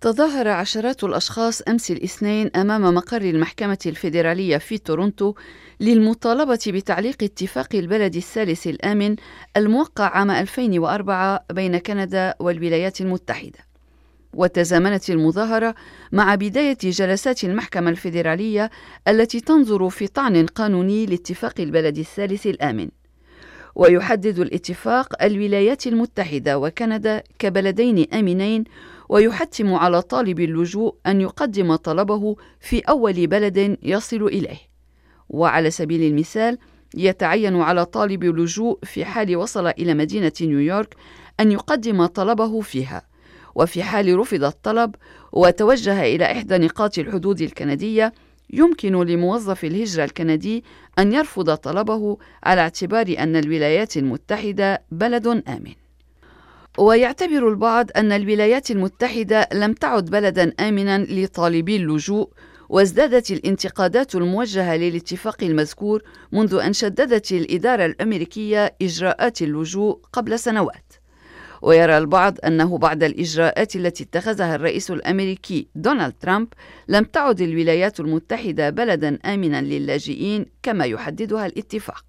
تظاهر عشرات الأشخاص أمس الاثنين أمام مقر المحكمة الفيدرالية في تورونتو للمطالبة بتعليق اتفاق البلد الثالث الآمن الموقع عام 2004 بين كندا والولايات المتحدة. وتزامنت المظاهرة مع بداية جلسات المحكمة الفيدرالية التي تنظر في طعن قانوني لاتفاق البلد الثالث الآمن. ويحدد الاتفاق الولايات المتحدة وكندا كبلدين آمنين، ويحتم على طالب اللجوء أن يقدم طلبه في أول بلد يصل إليه. وعلى سبيل المثال، يتعين على طالب اللجوء في حال وصل إلى مدينة نيويورك أن يقدم طلبه فيها، وفي حال رفض الطلب وتوجه إلى إحدى نقاط الحدود الكندية يمكن لموظف الهجرة الكندي أن يرفض طلبه على اعتبار أن الولايات المتحدة بلد آمن. ويعتبر البعض أن الولايات المتحدة لم تعد بلداً آمناً لطالبي اللجوء، وازدادت الانتقادات الموجهة للاتفاق المذكور منذ أن شددت الإدارة الأمريكية إجراءات اللجوء قبل سنوات. ويرى البعض أنه بعد الإجراءات التي اتخذها الرئيس الأمريكي دونالد ترامب لم تعد الولايات المتحدة بلداً آمناً للاجئين كما يحددها الاتفاق.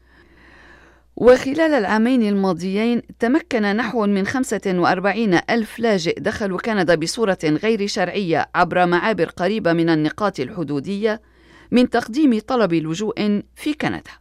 وخلال العامين الماضيين تمكن نحو من 45 ألف لاجئ دخلوا كندا بصورة غير شرعية عبر معابر قريبة من النقاط الحدودية من تقديم طلب لجوء في كندا.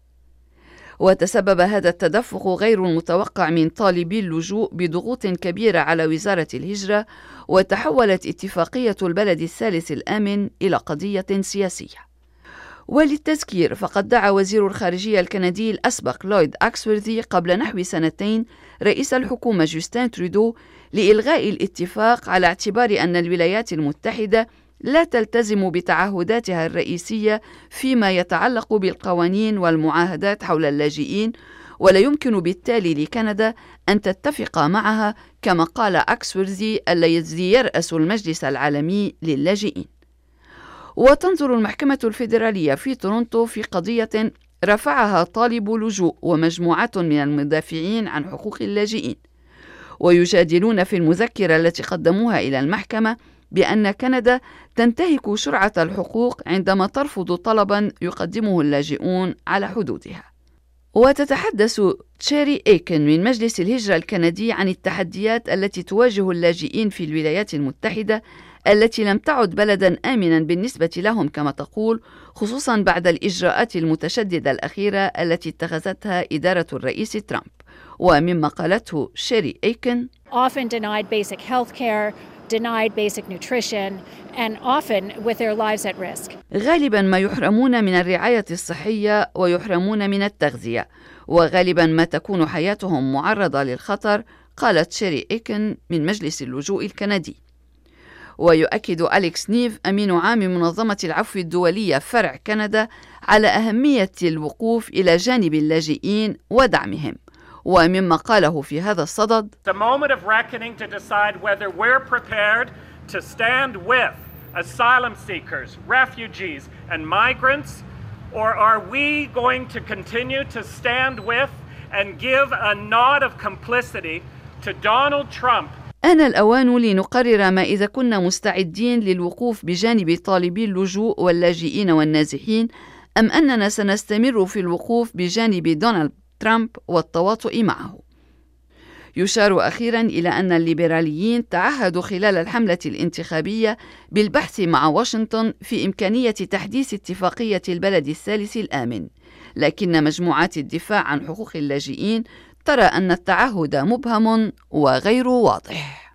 وتسبب هذا التدفق غير المتوقع من طالبي اللجوء بضغوط كبيرة على وزارة الهجرة، وتحولت اتفاقية البلد الثالث الآمن إلى قضية سياسية. وللتذكير، فقد دعا وزير الخارجية الكندي الأسبق لويد أكسورثي قبل نحو سنتين رئيس الحكومة جوستين ترودو لإلغاء الاتفاق على اعتبار أن الولايات المتحدة لا تلتزم بتعهداتها الرئيسية فيما يتعلق بالقوانين والمعاهدات حول اللاجئين، ولا يمكن بالتالي لكندا أن تتفق معها، كما قال أكسورثي الذي يرأس المجلس العالمي للاجئين. وتنظر المحكمة الفيدرالية في تورونتو في قضية رفعها طالب لجوء ومجموعات من المدافعين عن حقوق اللاجئين، ويجادلون في المذكرة التي قدموها إلى المحكمة بأن كندا تنتهك شرعة الحقوق عندما ترفض طلبا يقدمه اللاجئون على حدودها. وتتحدث تشيري إيكن من مجلس الهجرة الكندي عن التحديات التي تواجه اللاجئين في الولايات المتحدة التي لم تعد بلدا آمنا بالنسبة لهم كما تقول، خصوصا بعد الإجراءات المتشددة الأخيرة التي اتخذتها إدارة الرئيس ترامب. ومما قالته شيري إيكن: often denied basic health care, denied basic nutrition, and often with their lives at risk. غالبا ما يحرمون من الرعاية الصحية ويحرمون من التغذية، وغالبا ما تكون حياتهم معرضة للخطر، قالت شيري إيكن من مجلس اللجوء الكندي. ويؤكد أليكس نيف أمين عام منظمة العفو الدولية فرع كندا على أهمية الوقوف إلى جانب اللاجئين ودعمهم. ومما قاله في هذا الصدد: The moment of reckoning to decide whether we're prepared to stand with asylum seekers, refugees and migrants, or are we going to continue to stand with and give a nod of complicity to Donald Trump. آن الأوان لنقرر ما إذا كنا مستعدين للوقوف بجانب طالبي اللجوء واللاجئين والنازحين، أم أننا سنستمر في الوقوف بجانب دونالد ترامب والتواطؤ معه. يشار أخيرا إلى أن الليبراليين تعهدوا خلال الحملة الانتخابية بالبحث مع واشنطن في إمكانية تحديث اتفاقية البلد الثالث الآمن، لكن مجموعات الدفاع عن حقوق اللاجئين ترى أن التعهد مبهم وغير واضح.